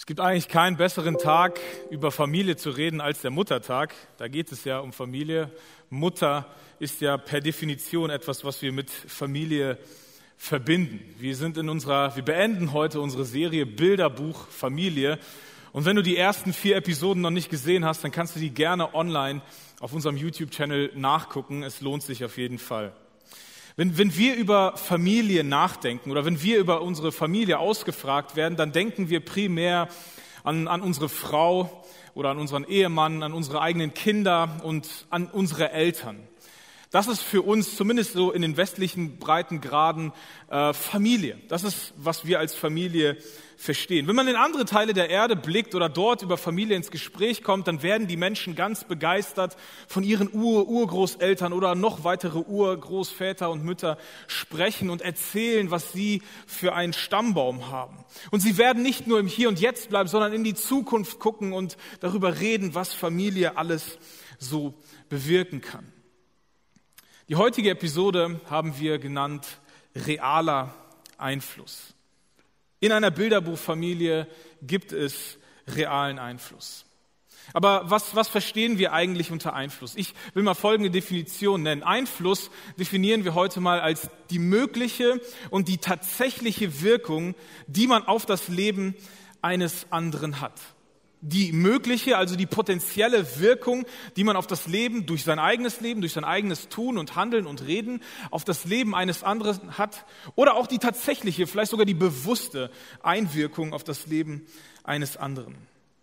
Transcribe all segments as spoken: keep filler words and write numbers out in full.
gibt eigentlich keinen besseren Tag, über Familie zu reden, als der Muttertag. Da geht es ja um Familie. Mutter ist ja per Definition etwas, was wir mit Familie verbinden. Wir sind in unserer, wir beenden heute unsere Serie Bilderbuch Familie. Und wenn du die ersten vier Episoden noch nicht gesehen hast, dann kannst du die gerne online auf unserem YouTube-Channel nachgucken. Es lohnt sich auf jeden Fall. Wenn, wenn wir über Familie nachdenken oder wenn wir über unsere Familie ausgefragt werden, dann denken wir primär an, an unsere Frau oder an unseren Ehemann, an unsere eigenen Kinder und an unsere Eltern. Das ist für uns, zumindest so in den westlichen Breitengraden, äh, Familie. Das ist, was wir als Familie verstehen. Wenn man in andere Teile der Erde blickt oder dort über Familie ins Gespräch kommt, dann werden die Menschen ganz begeistert von ihren Ur-Urgroßeltern oder noch weitere Urgroßväter und Mütter sprechen und erzählen, was sie für einen Stammbaum haben. Und sie werden nicht nur im Hier und Jetzt bleiben, sondern in die Zukunft gucken und darüber reden, was Familie alles so bewirken kann. Die heutige Episode haben wir genannt realer Einfluss. In einer Bilderbuchfamilie gibt es realen Einfluss. Aber was, was verstehen wir eigentlich unter Einfluss? Ich will mal folgende Definition nennen. Einfluss definieren wir heute mal als die mögliche und die tatsächliche Wirkung, die man auf das Leben eines anderen hat. Die mögliche, also die potenzielle Wirkung, die man auf das Leben, durch sein eigenes Leben, durch sein eigenes Tun und Handeln und Reden, auf das Leben eines anderen hat. Oder auch die tatsächliche, vielleicht sogar die bewusste Einwirkung auf das Leben eines anderen.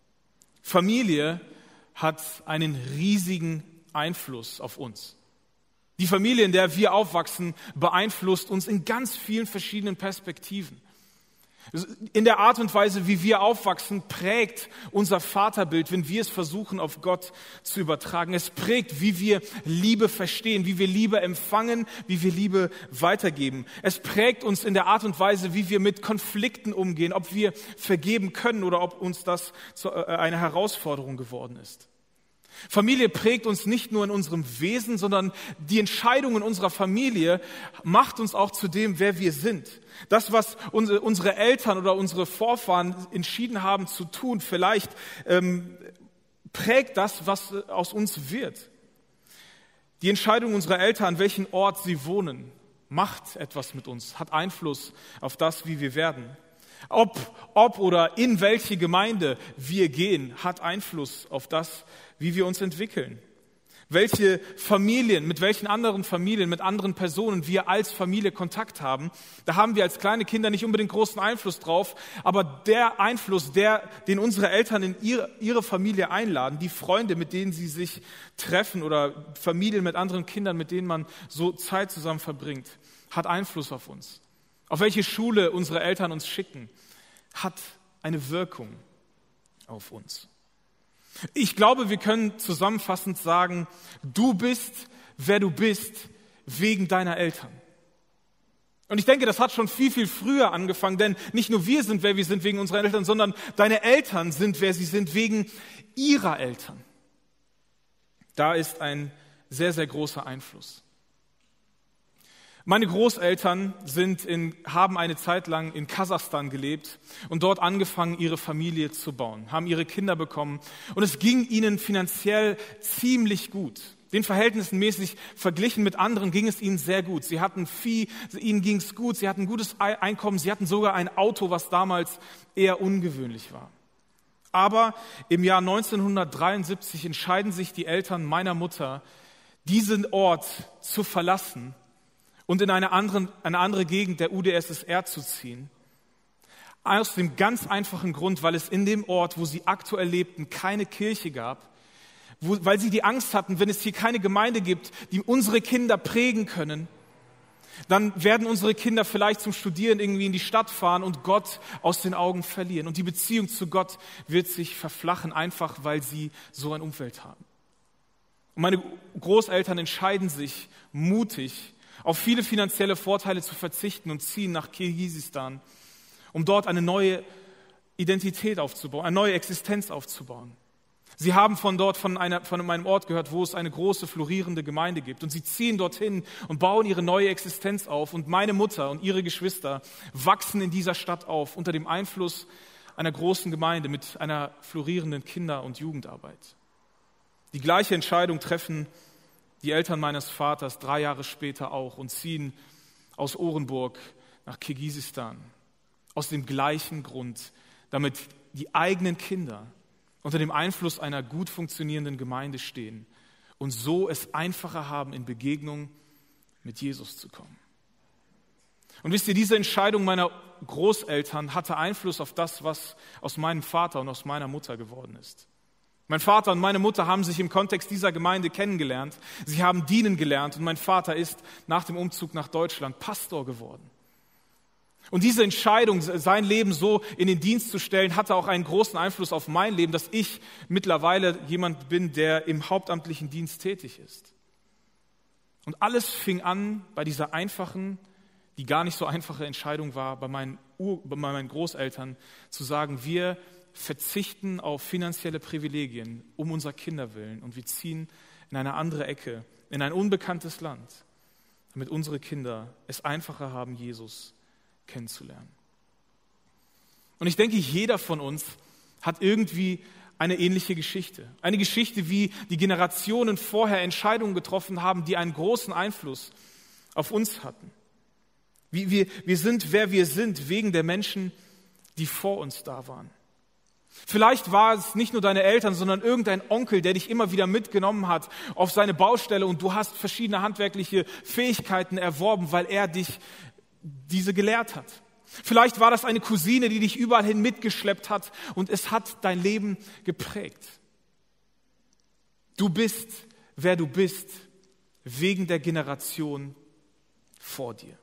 Familie hat einen riesigen Einfluss auf uns. Die Familie, in der wir aufwachsen, beeinflusst uns in ganz vielen verschiedenen Perspektiven. In der Art und Weise, wie wir aufwachsen, prägt unser Vaterbild, wenn wir es versuchen, auf Gott zu übertragen. Es prägt, wie wir Liebe verstehen, wie wir Liebe empfangen, wie wir Liebe weitergeben. Es prägt uns in der Art und Weise, wie wir mit Konflikten umgehen, ob wir vergeben können oder ob uns das zu einer Herausforderung geworden ist. Familie prägt uns nicht nur in unserem Wesen, sondern die Entscheidungen unserer Familie macht uns auch zu dem, wer wir sind. Das, was unsere Eltern oder unsere Vorfahren entschieden haben zu tun, vielleicht ähm, prägt das, was aus uns wird. Die Entscheidung unserer Eltern, an welchem Ort sie wohnen, macht etwas mit uns, hat Einfluss auf das, wie wir werden. Ob, ob oder in welche Gemeinde wir gehen, hat Einfluss auf das, wie wir uns entwickeln. Welche Familien, mit welchen anderen Familien, mit anderen Personen wir als Familie Kontakt haben, da haben wir als kleine Kinder nicht unbedingt großen Einfluss drauf, aber der Einfluss, der, den unsere Eltern in ihre, ihre Familie einladen, die Freunde, mit denen sie sich treffen oder Familien mit anderen Kindern, mit denen man so Zeit zusammen verbringt, hat Einfluss auf uns. Auf welche Schule unsere Eltern uns schicken, hat eine Wirkung auf uns. Ich glaube, wir können zusammenfassend sagen, du bist, wer du bist, wegen deiner Eltern. Und ich denke, das hat schon viel, viel früher angefangen, denn nicht nur wir sind, wer wir sind, wegen unserer Eltern, sondern deine Eltern sind, wer sie sind, wegen ihrer Eltern. Da ist ein sehr, sehr großer Einfluss. Meine Großeltern sind in, haben eine Zeit lang in Kasachstan gelebt und dort angefangen, ihre Familie zu bauen, haben ihre Kinder bekommen und es ging ihnen finanziell ziemlich gut. Den Verhältnissen mäßig verglichen mit anderen ging es ihnen sehr gut. Sie hatten Vieh, ihnen ging es gut, sie hatten ein gutes Einkommen, sie hatten sogar ein Auto, was damals eher ungewöhnlich war. Aber im Jahr neunzehnhundertdreiundsiebzig entscheiden sich die Eltern meiner Mutter, diesen Ort zu verlassen und in eine andere, eine andere Gegend der U d S S R zu ziehen. Aus dem ganz einfachen Grund, weil es in dem Ort, wo sie aktuell lebten, keine Kirche gab, wo, weil sie die Angst hatten, wenn es hier keine Gemeinde gibt, die unsere Kinder prägen können, dann werden unsere Kinder vielleicht zum Studieren irgendwie in die Stadt fahren und Gott aus den Augen verlieren. Und die Beziehung zu Gott wird sich verflachen, einfach weil sie so ein Umfeld haben. Und meine Großeltern entscheiden sich mutig, auf viele finanzielle Vorteile zu verzichten und ziehen nach Kirgisistan, um dort eine neue Identität aufzubauen, eine neue Existenz aufzubauen. Sie haben von dort, von, einer, von einem Ort gehört, wo es eine große, florierende Gemeinde gibt. Und sie ziehen dorthin und bauen ihre neue Existenz auf. Und meine Mutter und ihre Geschwister wachsen in dieser Stadt auf unter dem Einfluss einer großen Gemeinde mit einer florierenden Kinder- und Jugendarbeit. Die gleiche Entscheidung treffen die Eltern meines Vaters drei Jahre später auch und ziehen aus Orenburg nach Kirgisistan. Aus dem gleichen Grund, damit die eigenen Kinder unter dem Einfluss einer gut funktionierenden Gemeinde stehen und so es einfacher haben, in Begegnung mit Jesus zu kommen. Und wisst ihr, diese Entscheidung meiner Großeltern hatte Einfluss auf das, was aus meinem Vater und aus meiner Mutter geworden ist. Mein Vater und meine Mutter haben sich im Kontext dieser Gemeinde kennengelernt. Sie haben dienen gelernt und mein Vater ist nach dem Umzug nach Deutschland Pastor geworden. Und diese Entscheidung, sein Leben so in den Dienst zu stellen, hatte auch einen großen Einfluss auf mein Leben, dass ich mittlerweile jemand bin, der im hauptamtlichen Dienst tätig ist. Und alles fing an bei dieser einfachen, die gar nicht so einfache Entscheidung war, bei meinen, Ur- bei meinen Großeltern zu sagen, wir verzichten auf finanzielle Privilegien um unserer Kinder willen und wir ziehen in eine andere Ecke, in ein unbekanntes Land, damit unsere Kinder es einfacher haben, Jesus kennenzulernen. Und ich denke, jeder von uns hat irgendwie eine ähnliche Geschichte. Eine Geschichte, wie die Generationen vorher Entscheidungen getroffen haben, die einen großen Einfluss auf uns hatten. Wie wir, wir sind, wer wir sind, wegen der Menschen, die vor uns da waren. Vielleicht war es nicht nur deine Eltern, sondern irgendein Onkel, der dich immer wieder mitgenommen hat auf seine Baustelle und du hast verschiedene handwerkliche Fähigkeiten erworben, weil er dich diese gelehrt hat. Vielleicht war das eine Cousine, die dich überall hin mitgeschleppt hat und es hat dein Leben geprägt. Du bist, wer du bist, wegen der Generation vor dir.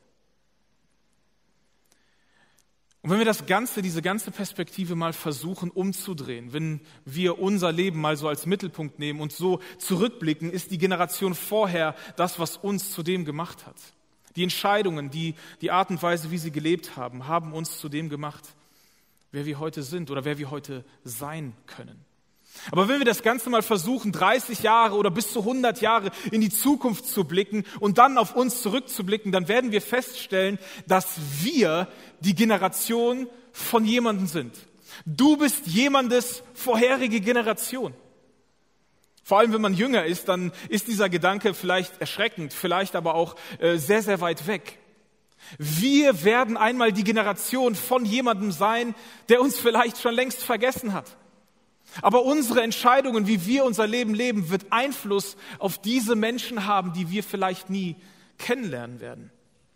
Und wenn wir das Ganze, diese ganze Perspektive mal versuchen umzudrehen, wenn wir unser Leben mal so als Mittelpunkt nehmen und so zurückblicken, ist die Generation vorher das, was uns zu dem gemacht hat. Die Entscheidungen, die, die Art und Weise, wie sie gelebt haben, haben uns zu dem gemacht, wer wir heute sind oder wer wir heute sein können. Aber wenn wir das Ganze mal versuchen, dreißig Jahre oder bis zu hundert Jahre in die Zukunft zu blicken und dann auf uns zurückzublicken, dann werden wir feststellen, dass wir die Generation von jemandem sind. Du bist jemandes vorherige Generation. Vor allem, wenn man jünger ist, dann ist dieser Gedanke vielleicht erschreckend, vielleicht aber auch äh, sehr, sehr weit weg. Wir werden einmal die Generation von jemandem sein, der uns vielleicht schon längst vergessen hat. Aber unsere Entscheidungen, wie wir unser Leben leben, wird Einfluss auf diese Menschen haben, die wir vielleicht nie kennenlernen werden.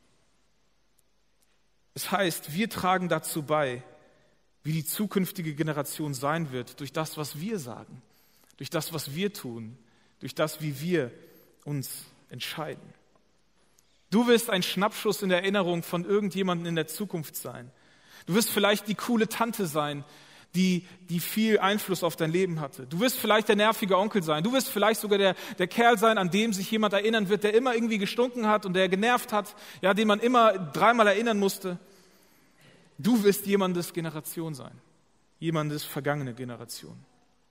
Das heißt, wir tragen dazu bei, wie die zukünftige Generation sein wird, durch das, was wir sagen, durch das, was wir tun, durch das, wie wir uns entscheiden. Du wirst ein Schnappschuss in der Erinnerung von irgendjemandem in der Zukunft sein. Du wirst vielleicht die coole Tante sein, die, die viel Einfluss auf dein Leben hatte. Du wirst vielleicht der nervige Onkel sein. Du wirst vielleicht sogar der, der Kerl sein, an dem sich jemand erinnern wird, der immer irgendwie gestunken hat und der genervt hat, ja, den man immer dreimal erinnern musste. Du wirst jemandes Generation sein. Jemandes vergangene Generation.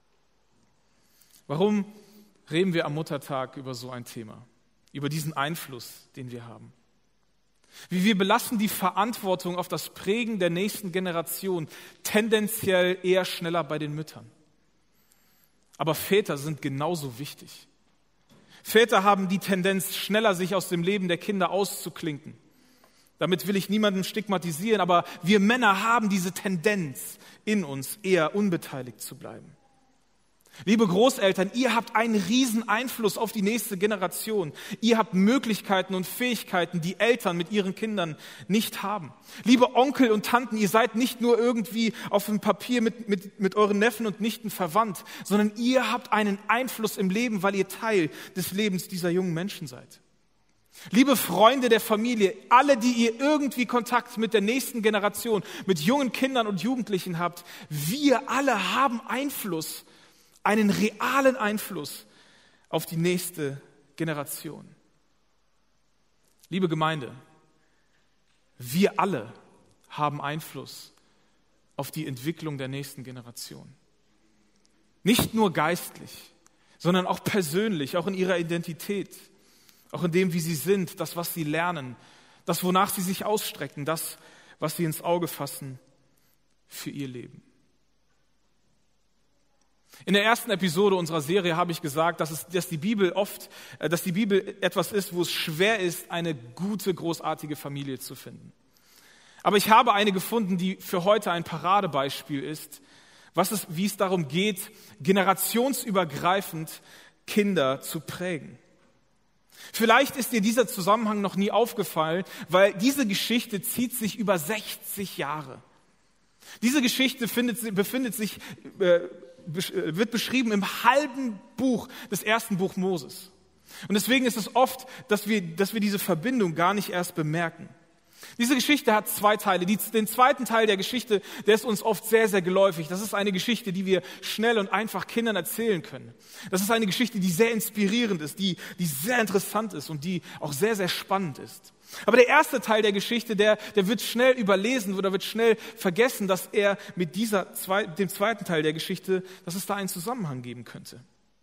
Warum reden wir am Muttertag über so ein Thema? Über diesen Einfluss, den wir haben. Wie wir belassen die Verantwortung auf das Prägen der nächsten Generation tendenziell eher schneller bei den Müttern. Aber Väter sind genauso wichtig. Väter haben die Tendenz, schneller sich aus dem Leben der Kinder auszuklinken. Damit will ich niemanden stigmatisieren, aber wir Männer haben diese Tendenz in uns, eher unbeteiligt zu bleiben. Liebe Großeltern, ihr habt einen riesen Einfluss auf die nächste Generation. Ihr habt Möglichkeiten und Fähigkeiten, die Eltern mit ihren Kindern nicht haben. Liebe Onkel und Tanten, ihr seid nicht nur irgendwie auf dem Papier mit, mit, mit euren Neffen und Nichten verwandt, sondern ihr habt einen Einfluss im Leben, weil ihr Teil des Lebens dieser jungen Menschen seid. Liebe Freunde der Familie, alle, die ihr irgendwie Kontakt mit der nächsten Generation, mit jungen Kindern und Jugendlichen habt, wir alle haben Einfluss, einen realen Einfluss auf die nächste Generation. Liebe Gemeinde, wir alle haben Einfluss auf die Entwicklung der nächsten Generation. Nicht nur geistlich, sondern auch persönlich, auch in ihrer Identität, auch in dem, wie sie sind, das, was sie lernen, das, wonach sie sich ausstrecken, das, was sie ins Auge fassen für ihr Leben. In der ersten Episode unserer Serie habe ich gesagt, dass, es, dass die Bibel oft, dass die Bibel etwas ist, wo es schwer ist, eine gute, großartige Familie zu finden. Aber ich habe eine gefunden, die für heute ein Paradebeispiel ist, was es, wie es darum geht, generationsübergreifend Kinder zu prägen. Vielleicht ist dir dieser Zusammenhang noch nie aufgefallen, weil diese Geschichte zieht sich über sechzig Jahre. Diese Geschichte findet, befindet sich, äh, wird beschrieben im halben Buch des ersten Buch Moses. Und deswegen ist es oft, dass wir, dass wir diese Verbindung gar nicht erst bemerken. Diese Geschichte hat zwei Teile. Die, den zweiten Teil der Geschichte, der ist uns oft sehr, sehr geläufig. Das ist eine Geschichte, die wir schnell und einfach Kindern erzählen können. Das ist eine Geschichte, die sehr inspirierend ist, die, die sehr interessant ist und die auch sehr, sehr spannend ist. Aber der erste Teil der Geschichte, der, der wird schnell überlesen oder wird schnell vergessen, dass er mit dieser, zwei, dem zweiten Teil der Geschichte, dass es da einen Zusammenhang geben könnte.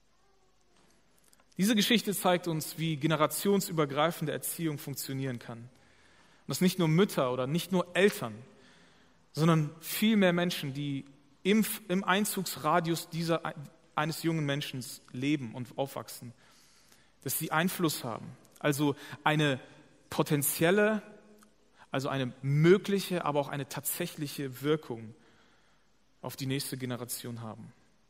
Diese Geschichte zeigt uns, wie generationsübergreifende Erziehung funktionieren kann. Und dass nicht nur Mütter oder nicht nur Eltern, sondern viel mehr Menschen, die im, im Einzugsradius dieser, eines jungen Menschen leben und aufwachsen, dass sie Einfluss haben. Also eine potenzielle, also eine mögliche, aber auch eine tatsächliche Wirkung auf die nächste Generation haben.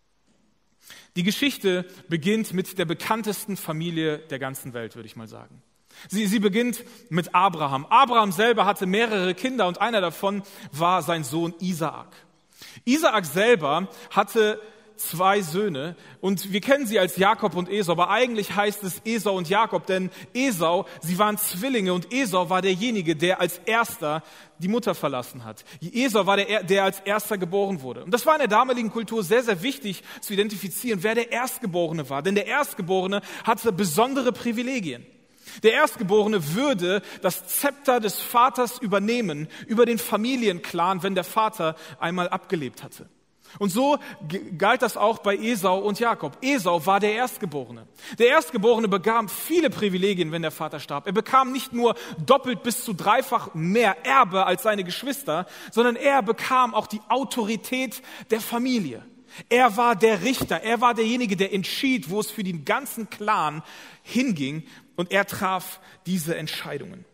Die Geschichte beginnt mit der bekanntesten Familie der ganzen Welt, würde ich mal sagen. Sie, sie beginnt mit Abraham. Abraham selber hatte mehrere Kinder und einer davon war sein Sohn Isaak. Isaak selber hatte zwei Söhne und wir kennen sie als Jakob und Esau, aber eigentlich heißt es Esau und Jakob, denn Esau, sie waren Zwillinge und Esau war derjenige, der als erster die Mutter verlassen hat. Esau war der, der als erster geboren wurde. Und das war in der damaligen Kultur sehr, sehr wichtig zu identifizieren, wer der Erstgeborene war, denn der Erstgeborene hatte besondere Privilegien. Der Erstgeborene würde das Zepter des Vaters übernehmen über den Familienclan, wenn der Vater einmal abgelebt hatte. Und so galt das auch bei Esau und Jakob. Esau war der Erstgeborene. Der Erstgeborene bekam viele Privilegien, wenn der Vater starb. Er bekam nicht nur doppelt bis zu dreifach mehr Erbe als seine Geschwister, sondern er bekam auch die Autorität der Familie. Er war der Richter, er war derjenige, der entschied, wo es für den ganzen Clan hinging, und er traf diese Entscheidungen.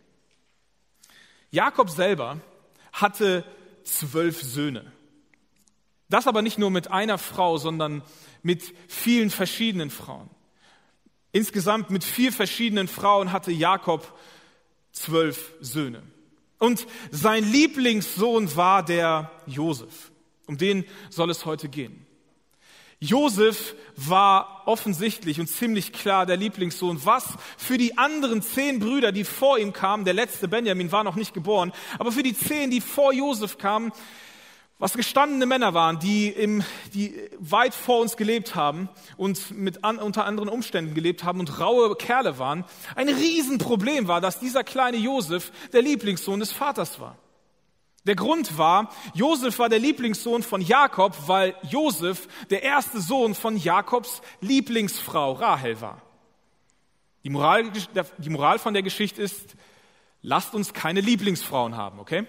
Jakob selber hatte zwölf Söhne. Das aber nicht nur mit einer Frau, sondern mit vielen verschiedenen Frauen. Insgesamt mit vier verschiedenen Frauen hatte Jakob zwölf Söhne. Und sein Lieblingssohn war der Josef. Um den soll es heute gehen. Josef war offensichtlich und ziemlich klar der Lieblingssohn, was für die anderen zehn Brüder, die vor ihm kamen, der letzte Benjamin war noch nicht geboren, aber für die zehn, die vor Josef kamen, was gestandene Männer waren, die, im, die weit vor uns gelebt haben und mit an, unter anderen Umständen gelebt haben und raue Kerle waren, ein Riesenproblem war, dass dieser kleine Josef der Lieblingssohn des Vaters war. Der Grund war, Josef war der Lieblingssohn von Jakob, weil Josef der erste Sohn von Jakobs Lieblingsfrau Rahel war. Die Moral, die Moral von der Geschichte ist, lasst uns keine Lieblingsfrauen haben, okay?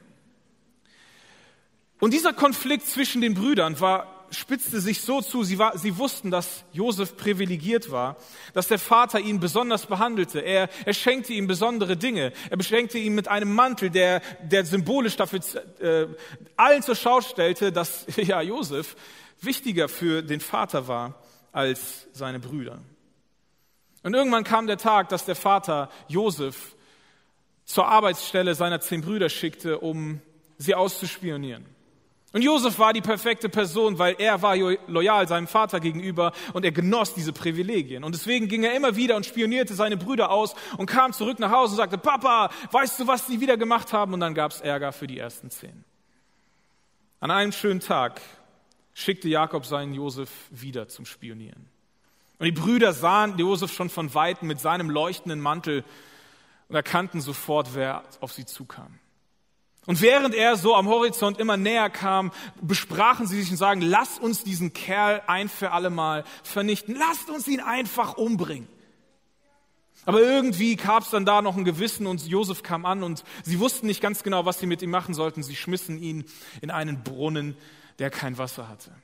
Und dieser Konflikt zwischen den Brüdern war, spitzte sich so zu, sie, war, sie wussten, dass Josef privilegiert war, dass der Vater ihn besonders behandelte. Er, er schenkte ihm besondere Dinge. Er beschenkte ihn mit einem Mantel, der, der symbolisch dafür äh, allen zur Schau stellte, dass ja, Josef wichtiger für den Vater war als seine Brüder. Und irgendwann kam der Tag, dass der Vater Josef zur Arbeitsstelle seiner zehn Brüder schickte, um sie auszuspionieren. Und Josef war die perfekte Person, weil er war loyal seinem Vater gegenüber und er genoss diese Privilegien. Und deswegen ging er immer wieder und spionierte seine Brüder aus und kam zurück nach Hause und sagte, Papa, weißt du, was sie wieder gemacht haben? Und dann gab es Ärger für die ersten zehn. An einem schönen Tag schickte Jakob seinen Josef wieder zum Spionieren. Und die Brüder sahen Josef schon von Weitem mit seinem leuchtenden Mantel und erkannten sofort, wer auf sie zukam. Und während er so am Horizont immer näher kam, besprachen sie sich und sagen, lass uns diesen Kerl ein für alle Mal vernichten. Lasst uns ihn einfach umbringen. Aber irgendwie gab es dann da noch ein Gewissen und Josef kam an und sie wussten nicht ganz genau, was sie mit ihm machen sollten. Sie schmissen ihn in einen Brunnen, der kein Wasser hatte.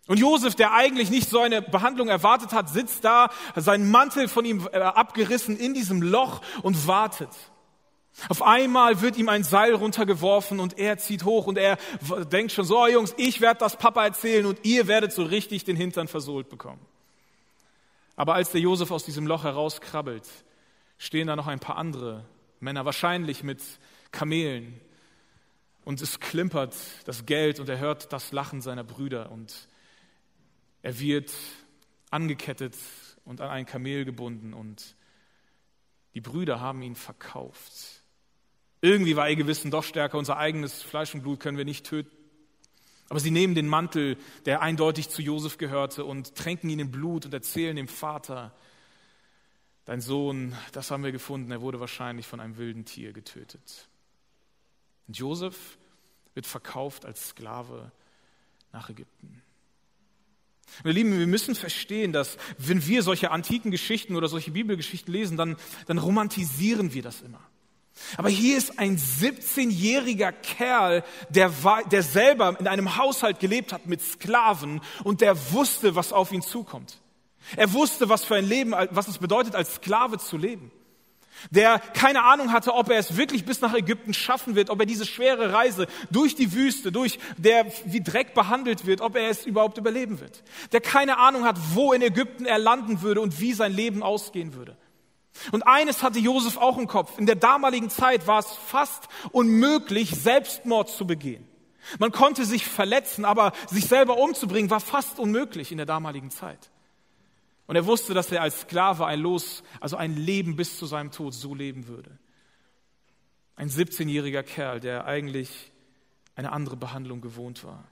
Und Josef, der eigentlich nicht so eine Behandlung erwartet hat, sitzt da, seinen Mantel von ihm abgerissen in diesem Loch und wartet. Auf einmal wird ihm ein Seil runtergeworfen und er zieht hoch und er denkt schon so, oh Jungs, ich werde das Papa erzählen und ihr werdet so richtig den Hintern versohlt bekommen. Aber als der Josef aus diesem Loch herauskrabbelt, stehen da noch ein paar andere Männer, wahrscheinlich mit Kamelen. Und es klimpert das Geld und er hört das Lachen seiner Brüder und er wird angekettet und an ein Kamel gebunden und die Brüder haben ihn verkauft. Irgendwie war ihr Gewissen doch stärker, unser eigenes Fleisch und Blut können wir nicht töten. Aber sie nehmen den Mantel, der eindeutig zu Josef gehörte, und tränken ihn in Blut und erzählen dem Vater, dein Sohn, das haben wir gefunden, er wurde wahrscheinlich von einem wilden Tier getötet. Und Josef wird verkauft als Sklave nach Ägypten. Meine Lieben, wir müssen verstehen, dass wenn wir solche antiken Geschichten oder solche Bibelgeschichten lesen, dann, dann romantisieren wir das immer. Aber hier ist ein siebzehnjähriger Kerl, der, war, der selber in einem Haushalt gelebt hat mit Sklaven und der wusste, was auf ihn zukommt. Er wusste, was für ein Leben, was es bedeutet, als Sklave zu leben. Der keine Ahnung hatte, ob er es wirklich bis nach Ägypten schaffen wird, ob er diese schwere Reise durch die Wüste, durch der wie Dreck behandelt wird, ob er es überhaupt überleben wird. Der keine Ahnung hat, wo in Ägypten er landen würde und wie sein Leben ausgehen würde. Und eines hatte Josef auch im Kopf. In der damaligen Zeit war es fast unmöglich, Selbstmord zu begehen. Man konnte sich verletzen, aber sich selber umzubringen war fast unmöglich in der damaligen Zeit. Und er wusste, dass er als Sklave ein Los, also ein Leben bis zu seinem Tod so leben würde. Ein siebzehnjähriger Kerl, der eigentlich eine andere Behandlung gewohnt war.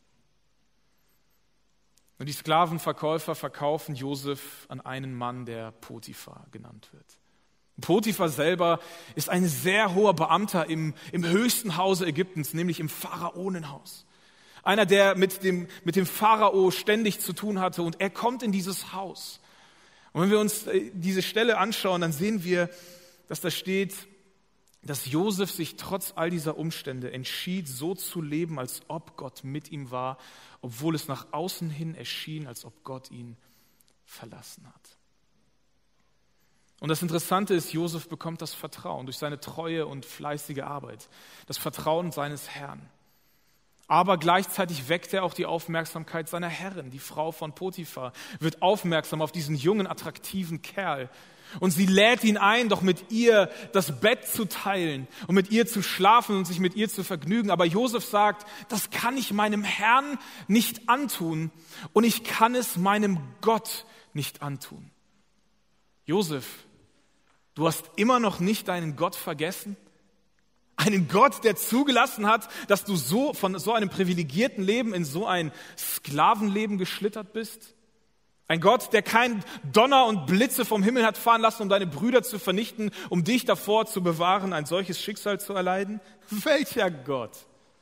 Und die Sklavenverkäufer verkaufen Josef an einen Mann, der Potiphar genannt wird. Potiphar selber ist ein sehr hoher Beamter im, im höchsten Hause Ägyptens, nämlich im Pharaonenhaus. Einer, der mit dem, mit dem Pharao ständig zu tun hatte, und er kommt in dieses Haus. Und wenn wir uns diese Stelle anschauen, dann sehen wir, dass da steht, dass Josef sich trotz all dieser Umstände entschied, so zu leben, als ob Gott mit ihm war, obwohl es nach außen hin erschien, als ob Gott ihn verlassen hat. Und das Interessante ist, Josef bekommt das Vertrauen durch seine treue und fleißige Arbeit, das Vertrauen seines Herrn. Aber gleichzeitig weckt er auch die Aufmerksamkeit seiner Herrin. Die Frau von Potiphar wird aufmerksam auf diesen jungen, attraktiven Kerl. Und sie lädt ihn ein, doch mit ihr das Bett zu teilen und mit ihr zu schlafen und sich mit ihr zu vergnügen. Aber Josef sagt, das kann ich meinem Herrn nicht antun und ich kann es meinem Gott nicht antun. Josef, du hast immer noch nicht deinen Gott vergessen? Einen Gott, der zugelassen hat, dass du so von so einem privilegierten Leben in so ein Sklavenleben geschlittert bist? Ein Gott, der keinen Donner und Blitze vom Himmel hat fahren lassen, um deine Brüder zu vernichten, um dich davor zu bewahren, ein solches Schicksal zu erleiden? Welcher Gott?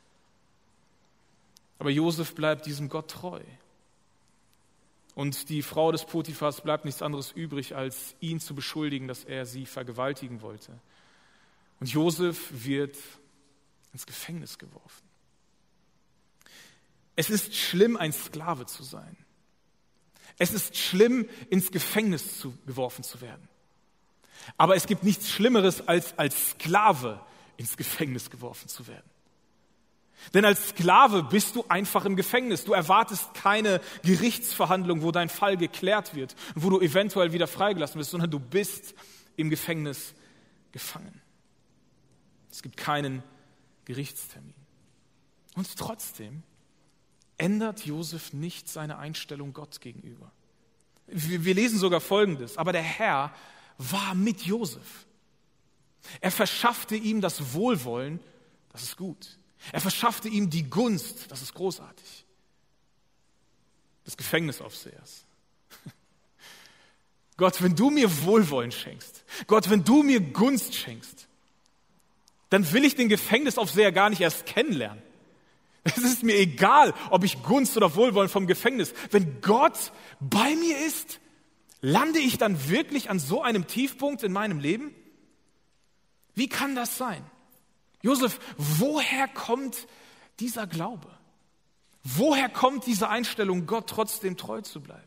Aber Josef bleibt diesem Gott treu. Und die Frau des Potiphars bleibt nichts anderes übrig, als ihn zu beschuldigen, dass er sie vergewaltigen wollte. Und Josef wird ins Gefängnis geworfen. Es ist schlimm, ein Sklave zu sein. Es ist schlimm, ins Gefängnis zu, geworfen zu werden. Aber es gibt nichts Schlimmeres, als als Sklave ins Gefängnis geworfen zu werden. Denn als Sklave bist du einfach im Gefängnis. Du erwartest keine Gerichtsverhandlung, wo dein Fall geklärt wird und wo du eventuell wieder freigelassen wirst, sondern du bist im Gefängnis gefangen. Es gibt keinen Gerichtstermin. Und trotzdem ändert Josef nicht seine Einstellung Gott gegenüber. Wir lesen sogar Folgendes: Aber der Herr war mit Josef. Er verschaffte ihm das Wohlwollen, das ist gut. Er verschaffte ihm die Gunst, das ist großartig, des Gefängnisaufsehers. Gott, wenn du mir Wohlwollen schenkst, Gott, wenn du mir Gunst schenkst, dann will ich den Gefängnisaufseher gar nicht erst kennenlernen. Es ist mir egal, ob ich Gunst oder Wohlwollen vom Gefängnis. Wenn Gott bei mir ist, lande ich dann wirklich an so einem Tiefpunkt in meinem Leben? Wie kann das sein? Josef, woher kommt dieser Glaube? Woher kommt diese Einstellung, Gott trotzdem treu zu bleiben?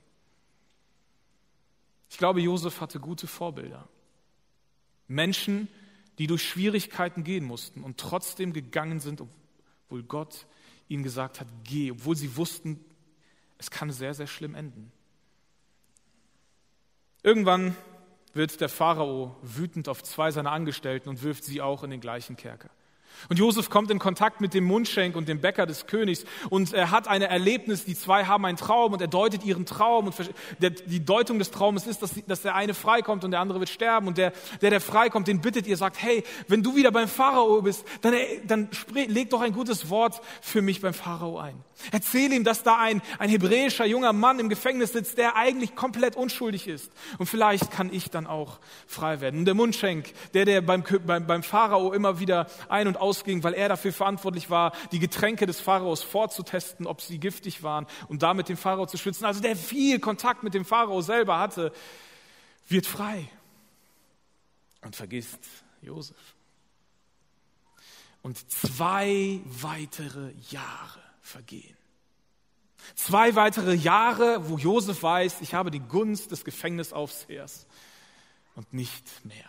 Ich glaube, Josef hatte gute Vorbilder. Menschen, die durch Schwierigkeiten gehen mussten und trotzdem gegangen sind, obwohl Gott ihnen gesagt hat, geh, obwohl sie wussten, es kann sehr, sehr schlimm enden. Irgendwann wird der Pharao wütend auf zwei seiner Angestellten und wirft sie auch in den gleichen Kerker. Und Josef kommt in Kontakt mit dem Mundschenk und dem Bäcker des Königs und er hat ein Erlebnis, die zwei haben einen Traum und er deutet ihren Traum und die Deutung des Traumes ist, dass, dass der eine freikommt und der andere wird sterben und der, der, der freikommt, den bittet ihr, sagt, hey, wenn du wieder beim Pharao bist, dann, dann leg doch ein gutes Wort für mich beim Pharao ein. Erzähl ihm, dass da ein, ein hebräischer junger Mann im Gefängnis sitzt, der eigentlich komplett unschuldig ist und vielleicht kann ich dann auch frei werden. Und der Mundschenk, der, der beim, beim, beim Pharao immer wieder ein- und ausging, weil er dafür verantwortlich war, die Getränke des Pharaos vorzutesten, ob sie giftig waren und damit den Pharao zu schützen. Also der viel Kontakt mit dem Pharao selber hatte, wird frei und vergisst Josef. Und zwei weitere Jahre vergehen. Zwei weitere Jahre, wo Josef weiß, ich habe die Gunst des Gefängnisaufsehers und nicht mehr.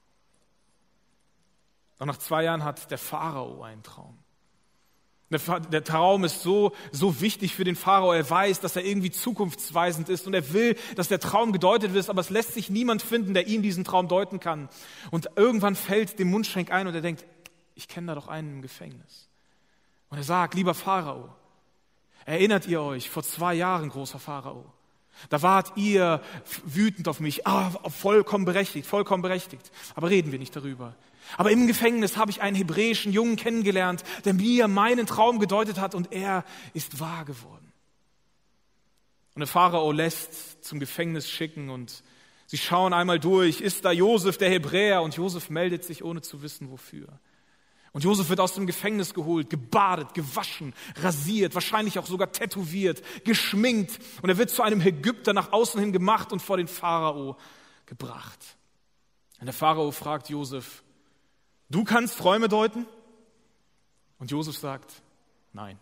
Und nach zwei Jahren hat der Pharao einen Traum. Der, der Traum ist so, so wichtig für den Pharao. Er weiß, dass er irgendwie zukunftsweisend ist und er will, dass der Traum gedeutet wird, aber es lässt sich niemand finden, der ihm diesen Traum deuten kann. Und irgendwann fällt dem Mundschenk ein und er denkt, ich kenne da doch einen im Gefängnis. Und er sagt, lieber Pharao, erinnert ihr euch, vor zwei Jahren, großer Pharao, da wart ihr wütend auf mich, ah, vollkommen berechtigt, vollkommen berechtigt. Aber reden wir nicht darüber. Aber im Gefängnis habe ich einen hebräischen Jungen kennengelernt, der mir meinen Traum gedeutet hat und er ist wahr geworden. Und der Pharao lässt zum Gefängnis schicken und sie schauen einmal durch, ist da Josef, der Hebräer? Und Josef meldet sich, ohne zu wissen, wofür. Und Josef wird aus dem Gefängnis geholt, gebadet, gewaschen, rasiert, wahrscheinlich auch sogar tätowiert, geschminkt. Und er wird zu einem Ägypter nach außen hin gemacht und vor den Pharao gebracht. Und der Pharao fragt Josef, du kannst Träume deuten? Und Josef sagt, nein.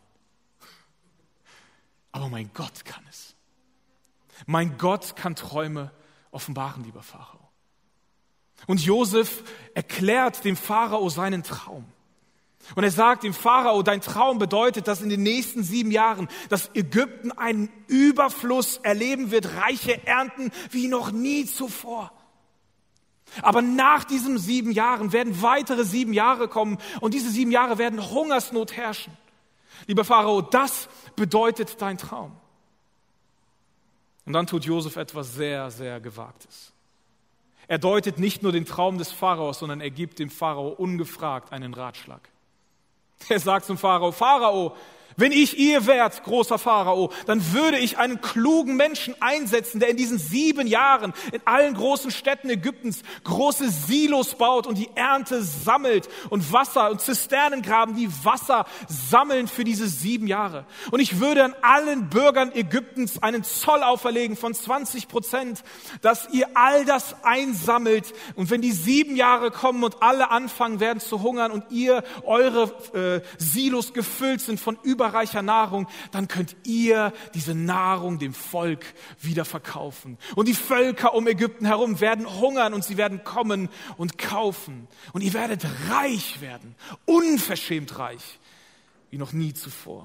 Aber mein Gott kann es. Mein Gott kann Träume offenbaren, lieber Pharao. Und Josef erklärt dem Pharao seinen Traum. Und er sagt dem Pharao, dein Traum bedeutet, dass in den nächsten sieben Jahren das Ägypten einen Überfluss erleben wird, reiche Ernten wie noch nie zuvor. Aber nach diesen sieben Jahren werden weitere sieben Jahre kommen und diese sieben Jahre werden Hungersnot herrschen. Lieber Pharao, das bedeutet dein Traum. Und dann tut Josef etwas sehr, sehr Gewagtes. Er deutet nicht nur den Traum des Pharaos, sondern er gibt dem Pharao ungefragt einen Ratschlag. Er sagt zum Pharao, Pharao, wenn ich ihr wärt, großer Pharao, dann würde ich einen klugen Menschen einsetzen, der in diesen sieben Jahren in allen großen Städten Ägyptens große Silos baut und die Ernte sammelt und Wasser und Zisternen graben, die Wasser sammeln für diese sieben Jahre. Und ich würde an allen Bürgern Ägyptens einen Zoll auferlegen von zwanzig Prozent, dass ihr all das einsammelt. Und wenn die sieben Jahre kommen und alle anfangen werden zu hungern und ihr, eure äh, Silos gefüllt sind von über reicher Nahrung, dann könnt ihr diese Nahrung dem Volk wieder verkaufen. Und die Völker um Ägypten herum werden hungern und sie werden kommen und kaufen. Und ihr werdet reich werden, unverschämt reich, wie noch nie zuvor.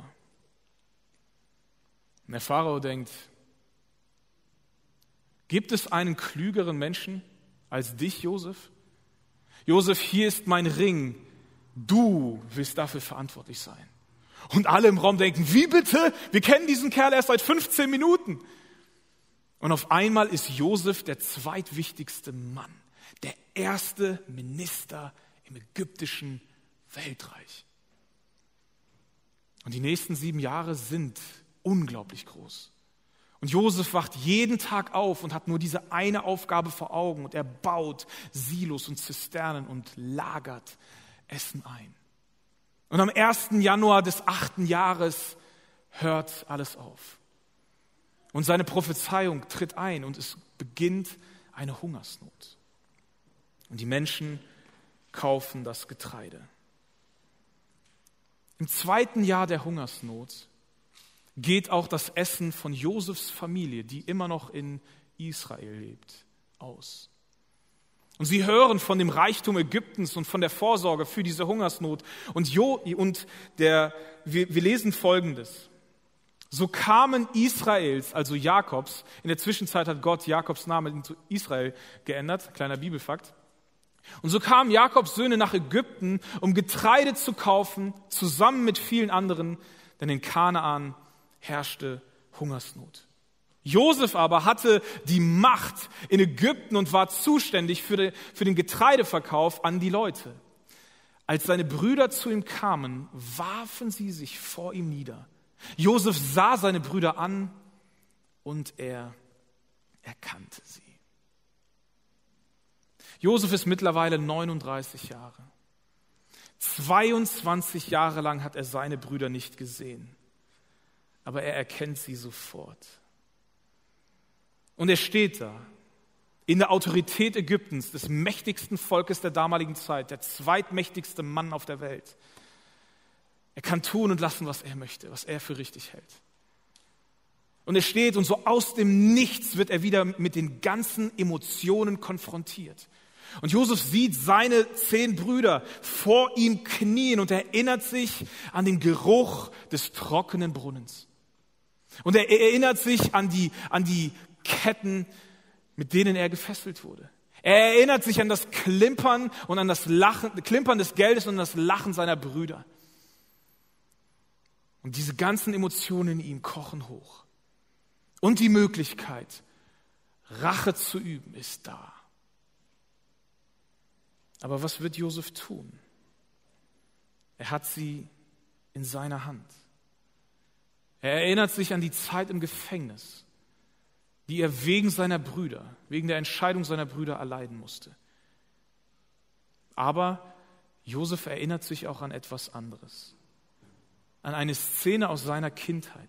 Und der Pharao denkt, gibt es einen klügeren Menschen als dich, Josef? Josef, hier ist mein Ring. Du wirst dafür verantwortlich sein. Und alle im Raum denken, wie bitte? Wir kennen diesen Kerl erst seit fünfzehn Minuten. Und auf einmal ist Josef der zweitwichtigste Mann, der erste Minister im ägyptischen Weltreich. Und die nächsten sieben Jahre sind unglaublich groß. Und Josef wacht jeden Tag auf und hat nur diese eine Aufgabe vor Augen. Und er baut Silos und Zisternen und lagert Essen ein. Und am ersten Januar des achten Jahres hört alles auf. Und seine Prophezeiung tritt ein und es beginnt eine Hungersnot. Und die Menschen kaufen das Getreide. Im zweiten Jahr der Hungersnot geht auch das Essen von Josefs Familie, die immer noch in Israel lebt, aus. Und sie hören von dem Reichtum Ägyptens und von der Vorsorge für diese Hungersnot. Und, jo, und der, wir, wir lesen Folgendes. So kamen Israels, also Jakobs, in der Zwischenzeit hat Gott Jakobs Namen zu Israel geändert, kleiner Bibelfakt. Und so kamen Jakobs Söhne nach Ägypten, um Getreide zu kaufen, zusammen mit vielen anderen, denn in Kanaan herrschte Hungersnot. Josef aber hatte die Macht in Ägypten und war zuständig für, die, für den Getreideverkauf an die Leute. Als seine Brüder zu ihm kamen, warfen sie sich vor ihm nieder. Josef sah seine Brüder an und er erkannte sie. Josef ist mittlerweile neununddreißig Jahre. zweiundzwanzig Jahre lang hat er seine Brüder nicht gesehen, aber er erkennt sie sofort. Und er steht da, in der Autorität Ägyptens, des mächtigsten Volkes der damaligen Zeit, der zweitmächtigste Mann auf der Welt. Er kann tun und lassen, was er möchte, was er für richtig hält. Und er steht und so aus dem Nichts wird er wieder mit den ganzen Emotionen konfrontiert. Und Josef sieht seine zehn Brüder vor ihm knien und erinnert sich an den Geruch des trockenen Brunnens. Und er erinnert sich an die, an die Ketten, mit denen er gefesselt wurde. Er erinnert sich an das Klimpern und an das Lachen, Klimpern des Geldes und an das Lachen seiner Brüder. Und diese ganzen Emotionen in ihm kochen hoch. Und die Möglichkeit, Rache zu üben, ist da. Aber was wird Josef tun? Er hat sie in seiner Hand. Er erinnert sich an die Zeit im Gefängnis, die er wegen seiner Brüder, wegen der Entscheidung seiner Brüder erleiden musste. Aber Josef erinnert sich auch an etwas anderes, an eine Szene aus seiner Kindheit.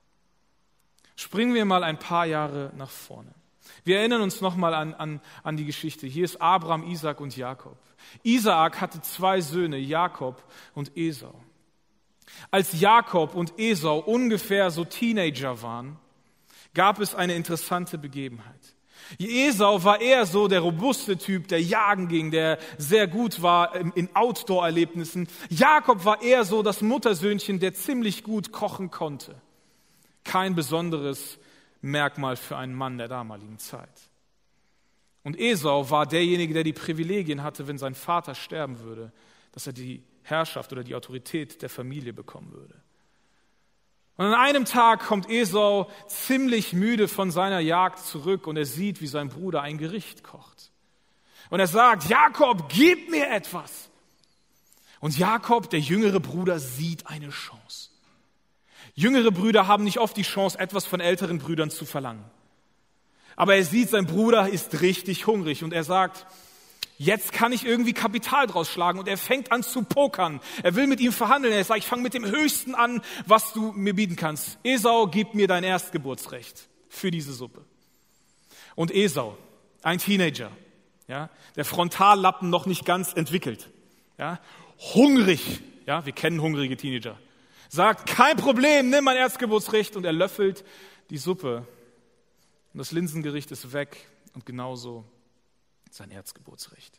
Springen wir mal ein paar Jahre nach vorne. Wir erinnern uns nochmal an, an, an die Geschichte. Hier ist Abraham, Isaak und Jakob. Isaak hatte zwei Söhne, Jakob und Esau. Als Jakob und Esau ungefähr so Teenager waren, gab es eine interessante Begebenheit. Esau war eher so der robuste Typ, der jagen ging, der sehr gut war in Outdoor-Erlebnissen. Jakob war eher so das Muttersöhnchen, der ziemlich gut kochen konnte. Kein besonderes Merkmal für einen Mann der damaligen Zeit. Und Esau war derjenige, der die Privilegien hatte, wenn sein Vater sterben würde, dass er die Herrschaft oder die Autorität der Familie bekommen würde. Und an einem Tag kommt Esau ziemlich müde von seiner Jagd zurück und er sieht, wie sein Bruder ein Gericht kocht. Und er sagt, Jakob, gib mir etwas. Und Jakob, der jüngere Bruder, sieht eine Chance. Jüngere Brüder haben nicht oft die Chance, etwas von älteren Brüdern zu verlangen. Aber er sieht, sein Bruder ist richtig hungrig und er sagt, jetzt kann ich irgendwie Kapital draus schlagen. Und er fängt an zu pokern. Er will mit ihm verhandeln. Er sagt, ich fange mit dem Höchsten an, was du mir bieten kannst. Esau, gib mir dein Erstgeburtsrecht für diese Suppe. Und Esau, ein Teenager, ja, der Frontallappen noch nicht ganz entwickelt, ja, hungrig, ja, wir kennen hungrige Teenager, sagt, kein Problem, nimm mein Erstgeburtsrecht. Und er löffelt die Suppe. Und das Linsengericht ist weg. Und genauso sein Erstgeburtsrecht.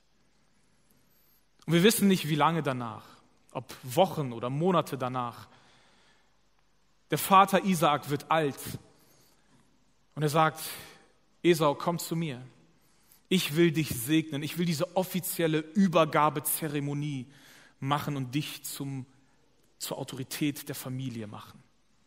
Und wir wissen nicht, wie lange danach, ob Wochen oder Monate danach. Der Vater Isaak wird alt und er sagt, Esau, komm zu mir. Ich will dich segnen. Ich will diese offizielle Übergabezeremonie machen und dich zum, zur Autorität der Familie machen.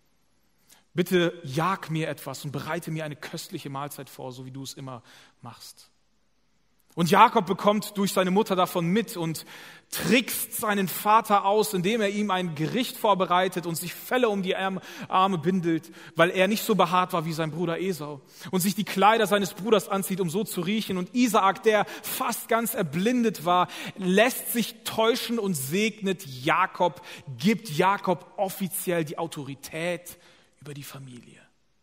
Bitte jag mir etwas und bereite mir eine köstliche Mahlzeit vor, so wie du es immer machst. Und Jakob bekommt durch seine Mutter davon mit und trickst seinen Vater aus, indem er ihm ein Gericht vorbereitet und sich Felle um die Arme bindelt, weil er nicht so behaart war wie sein Bruder Esau. Und sich die Kleider seines Bruders anzieht, um so zu riechen. Und Isaak, der fast ganz erblindet war, lässt sich täuschen und segnet Jakob, gibt Jakob offiziell die Autorität über die Familie.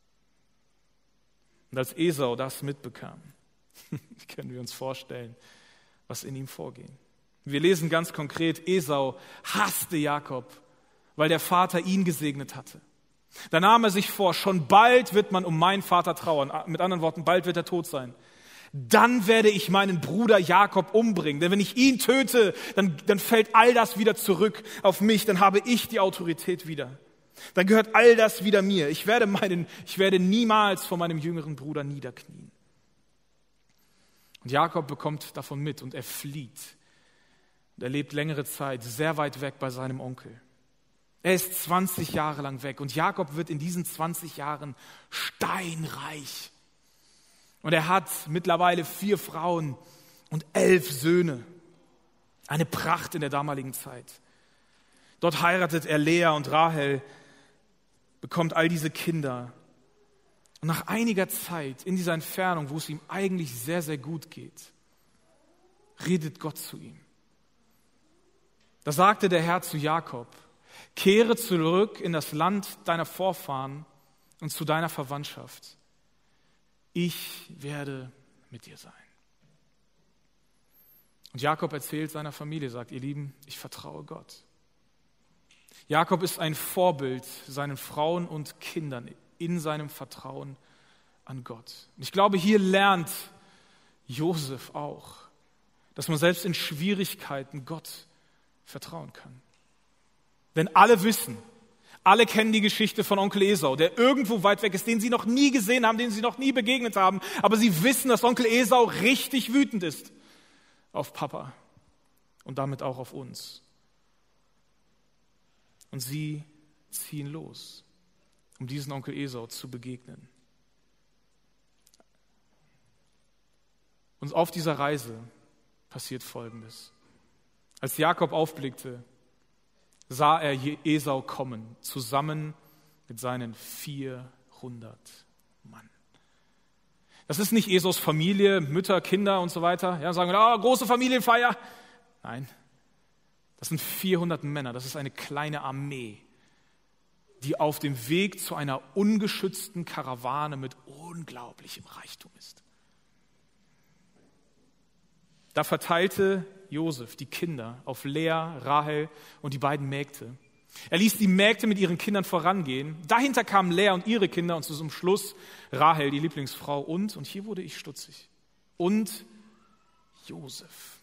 Und als Esau das mitbekam, können wir uns vorstellen, was in ihm vorging. Wir lesen ganz konkret, Esau hasste Jakob, weil der Vater ihn gesegnet hatte. Da nahm er sich vor, schon bald wird man um meinen Vater trauern. Mit anderen Worten, bald wird er tot sein. Dann werde ich meinen Bruder Jakob umbringen. Denn wenn ich ihn töte, dann, dann fällt all das wieder zurück auf mich. Dann habe ich die Autorität wieder. Dann gehört all das wieder mir. Ich werde, meinen, ich werde niemals vor meinem jüngeren Bruder niederknien. Und Jakob bekommt davon mit und er flieht. Und er lebt längere Zeit sehr weit weg bei seinem Onkel. Er ist zwanzig Jahre lang weg und Jakob wird in diesen zwanzig Jahren steinreich. Und er hat mittlerweile vier Frauen und elf Söhne. Eine Pracht in der damaligen Zeit. Dort heiratet er Lea und Rahel, bekommt all diese Kinder. Und nach einiger Zeit, in dieser Entfernung, wo es ihm eigentlich sehr, sehr gut geht, redet Gott zu ihm. Da sagte der Herr zu Jakob: Kehre zurück in das Land deiner Vorfahren und zu deiner Verwandtschaft. Ich werde mit dir sein. Und Jakob erzählt seiner Familie, sagt: Ihr Lieben, ich vertraue Gott. Jakob ist ein Vorbild seinen Frauen und Kindern in seinem Vertrauen an Gott. Und ich glaube, hier lernt Josef auch, dass man selbst in Schwierigkeiten Gott vertrauen kann. Denn alle wissen, alle kennen die Geschichte von Onkel Esau, der irgendwo weit weg ist, den sie noch nie gesehen haben, den sie noch nie begegnet haben. Aber sie wissen, dass Onkel Esau richtig wütend ist auf Papa und damit auch auf uns. Und sie ziehen los, um diesen Onkel Esau zu begegnen. Und auf dieser Reise passiert Folgendes. Als Jakob aufblickte, sah er Esau kommen, zusammen mit seinen vierhundert Mann. Das ist nicht Esaus Familie, Mütter, Kinder und so weiter. Ja, sagen wir, oh, große Familienfeier. Nein, das sind vierhundert Männer, das ist eine kleine Armee, die auf dem Weg zu einer ungeschützten Karawane mit unglaublichem Reichtum ist. Da verteilte Josef die Kinder auf Lea, Rahel und die beiden Mägde. Er ließ die Mägde mit ihren Kindern vorangehen. Dahinter kamen Lea und ihre Kinder und zum Schluss Rahel, die Lieblingsfrau, und, und hier wurde ich stutzig, und Josef.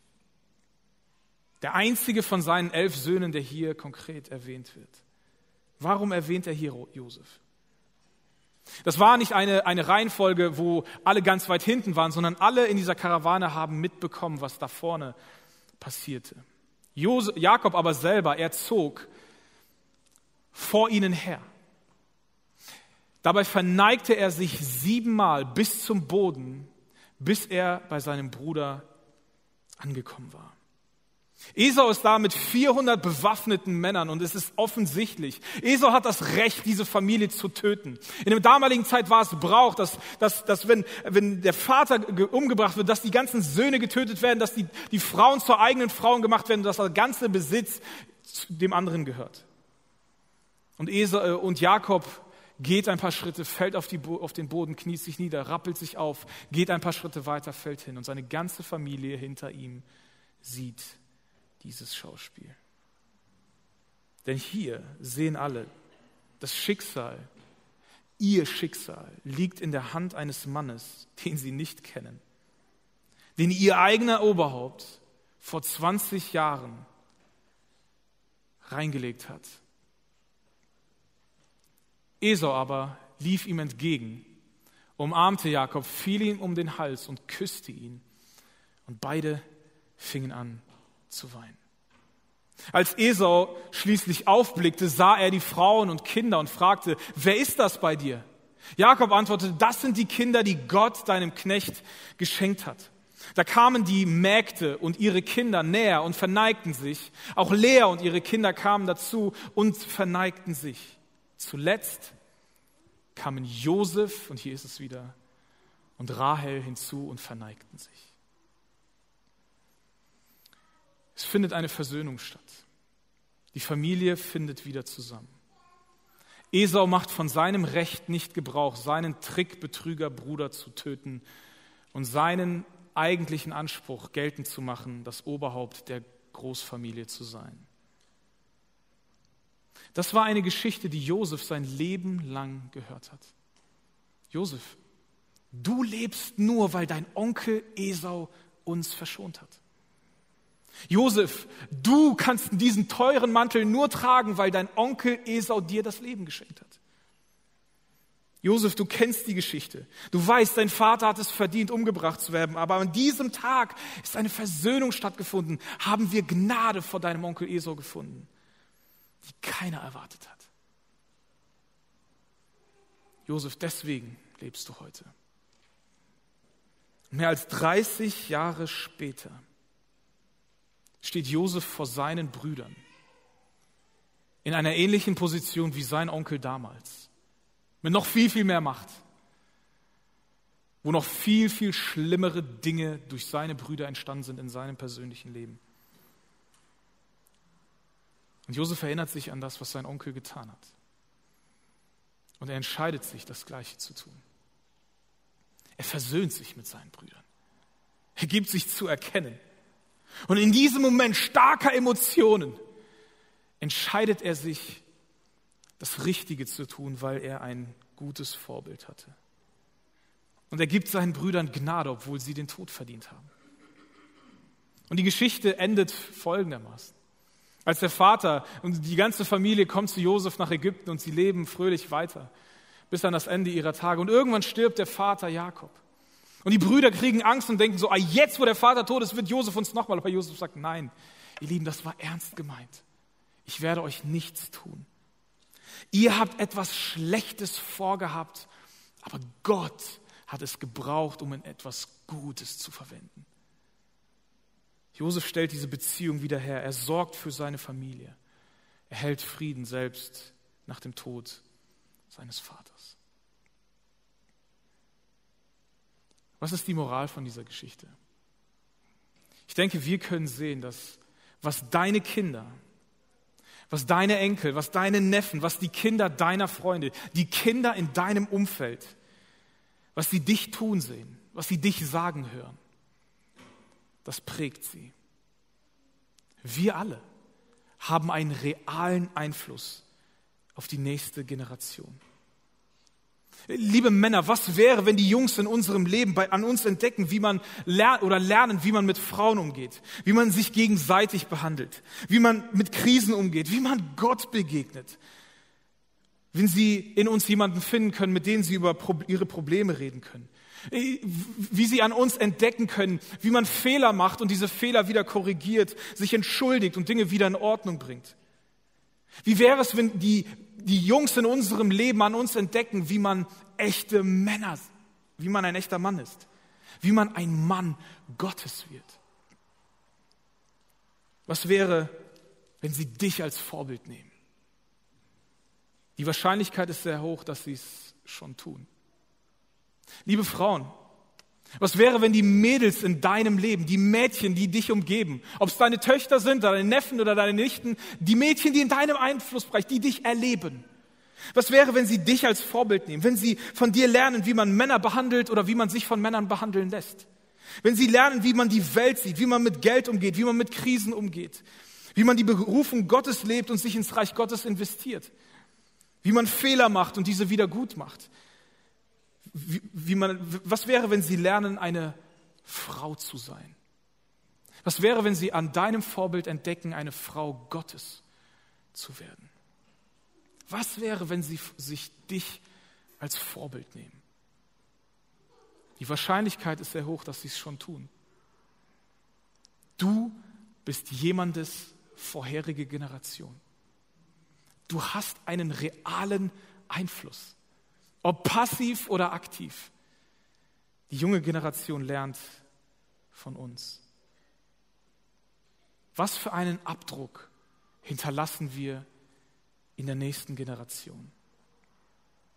Der einzige von seinen elf Söhnen, der hier konkret erwähnt wird. Warum erwähnt er hier Josef? Das war nicht eine, eine Reihenfolge, wo alle ganz weit hinten waren, sondern alle in dieser Karawane haben mitbekommen, was da vorne passierte. Josef, Jakob aber selber, er zog vor ihnen her. Dabei verneigte er sich siebenmal bis zum Boden, bis er bei seinem Bruder angekommen war. Esau ist da mit vierhundert bewaffneten Männern und es ist offensichtlich, Esau hat das Recht, diese Familie zu töten. In der damaligen Zeit war es Brauch, dass, dass, dass wenn, wenn der Vater umgebracht wird, dass die ganzen Söhne getötet werden, dass die, die Frauen zu eigenen Frauen gemacht werden, dass der ganze Besitz dem anderen gehört. Und, Esau, und Jakob geht ein paar Schritte, fällt auf, die, auf den Boden, kniet sich nieder, rappelt sich auf, geht ein paar Schritte weiter, fällt hin und seine ganze Familie hinter ihm sieht dieses Schauspiel. Denn hier sehen alle, das Schicksal, ihr Schicksal liegt in der Hand eines Mannes, den sie nicht kennen, den ihr eigener Oberhaupt vor zwanzig Jahren reingelegt hat. Esau aber lief ihm entgegen, umarmte Jakob, fiel ihm um den Hals und küsste ihn. Und beide fingen an zu weinen. Als Esau schließlich aufblickte, sah er die Frauen und Kinder und fragte: Wer ist das bei dir? Jakob antwortete: Das sind die Kinder, die Gott deinem Knecht geschenkt hat. Da kamen die Mägde und ihre Kinder näher und verneigten sich. Auch Lea und ihre Kinder kamen dazu und verneigten sich. Zuletzt kamen Josef, und hier ist es wieder, und Rahel hinzu und verneigten sich. Es findet eine Versöhnung statt. Die Familie findet wieder zusammen. Esau macht von seinem Recht nicht Gebrauch, seinen Trickbetrügerbruder zu töten und seinen eigentlichen Anspruch geltend zu machen, das Oberhaupt der Großfamilie zu sein. Das war eine Geschichte, die Josef sein Leben lang gehört hat. Josef, du lebst nur, weil dein Onkel Esau uns verschont hat. Josef, du kannst diesen teuren Mantel nur tragen, weil dein Onkel Esau dir das Leben geschenkt hat. Josef, du kennst die Geschichte. Du weißt, dein Vater hat es verdient, umgebracht zu werden. Aber an diesem Tag ist eine Versöhnung stattgefunden. Haben wir Gnade vor deinem Onkel Esau gefunden, die keiner erwartet hat. Josef, deswegen lebst du heute. Mehr als dreißig Jahre später steht Josef vor seinen Brüdern in einer ähnlichen Position wie sein Onkel damals. Mit noch viel, viel mehr Macht. Wo noch viel, viel schlimmere Dinge durch seine Brüder entstanden sind in seinem persönlichen Leben. Und Josef erinnert sich an das, was sein Onkel getan hat. Und er entscheidet sich, das Gleiche zu tun. Er versöhnt sich mit seinen Brüdern. Er gibt sich zu erkennen. Und in diesem Moment starker Emotionen entscheidet er sich, das Richtige zu tun, weil er ein gutes Vorbild hatte. Und er gibt seinen Brüdern Gnade, obwohl sie den Tod verdient haben. Und die Geschichte endet folgendermaßen. Als der Vater und die ganze Familie kommt zu Josef nach Ägypten und sie leben fröhlich weiter, bis an das Ende ihrer Tage. Und irgendwann stirbt der Vater Jakob. Und die Brüder kriegen Angst und denken so, ah, jetzt, wo der Vater tot ist, wird Josef uns nochmal. Aber Josef sagt, nein, ihr Lieben, das war ernst gemeint. Ich werde euch nichts tun. Ihr habt etwas Schlechtes vorgehabt, aber Gott hat es gebraucht, um in etwas Gutes zu verwenden. Josef stellt diese Beziehung wieder her. Er sorgt für seine Familie. Er hält Frieden selbst nach dem Tod seines Vaters. Was ist die Moral von dieser Geschichte? Ich denke, wir können sehen, dass was deine Kinder, was deine Enkel, was deine Neffen, was die Kinder deiner Freunde, die Kinder in deinem Umfeld, was sie dich tun sehen, was sie dich sagen hören, das prägt sie. Wir alle haben einen realen Einfluss auf die nächste Generation. Liebe Männer, was wäre, wenn die Jungs in unserem Leben bei, an uns entdecken, wie man lernt oder lernen, wie man mit Frauen umgeht, wie man sich gegenseitig behandelt, wie man mit Krisen umgeht, wie man Gott begegnet. Wenn sie in uns jemanden finden können, mit dem sie über ihre Probleme reden können. Wie sie an uns entdecken können, wie man Fehler macht und diese Fehler wieder korrigiert, sich entschuldigt und Dinge wieder in Ordnung bringt. Wie wäre es, wenn die, die Jungs in unserem Leben an uns entdecken, wie man echte Männer, wie man ein echter Mann ist, wie man ein Mann Gottes wird. Was wäre, wenn sie dich als Vorbild nehmen? Die Wahrscheinlichkeit ist sehr hoch, dass sie es schon tun. Liebe Frauen, was wäre, wenn die Mädels in deinem Leben, die Mädchen, die dich umgeben, ob es deine Töchter sind, deine Neffen oder deine Nichten, die Mädchen, die in deinem Einflussbereich, die dich erleben. Was wäre, wenn sie dich als Vorbild nehmen, wenn sie von dir lernen, wie man Männer behandelt oder wie man sich von Männern behandeln lässt? Wenn sie lernen, wie man die Welt sieht, wie man mit Geld umgeht, wie man mit Krisen umgeht, wie man die Berufung Gottes lebt und sich ins Reich Gottes investiert, wie man Fehler macht und diese wieder gut macht. Wie, wie man, was wäre, wenn sie lernen, eine Frau zu sein? Was wäre, wenn sie an deinem Vorbild entdecken, eine Frau Gottes zu werden? Was wäre, wenn sie sich dich als Vorbild nehmen? Die Wahrscheinlichkeit ist sehr hoch, dass sie es schon tun. Du bist jemandes vorherige Generation. Du hast einen realen Einfluss. Ob passiv oder aktiv. Die junge Generation lernt von uns. Was für einen Abdruck hinterlassen wir in der nächsten Generation?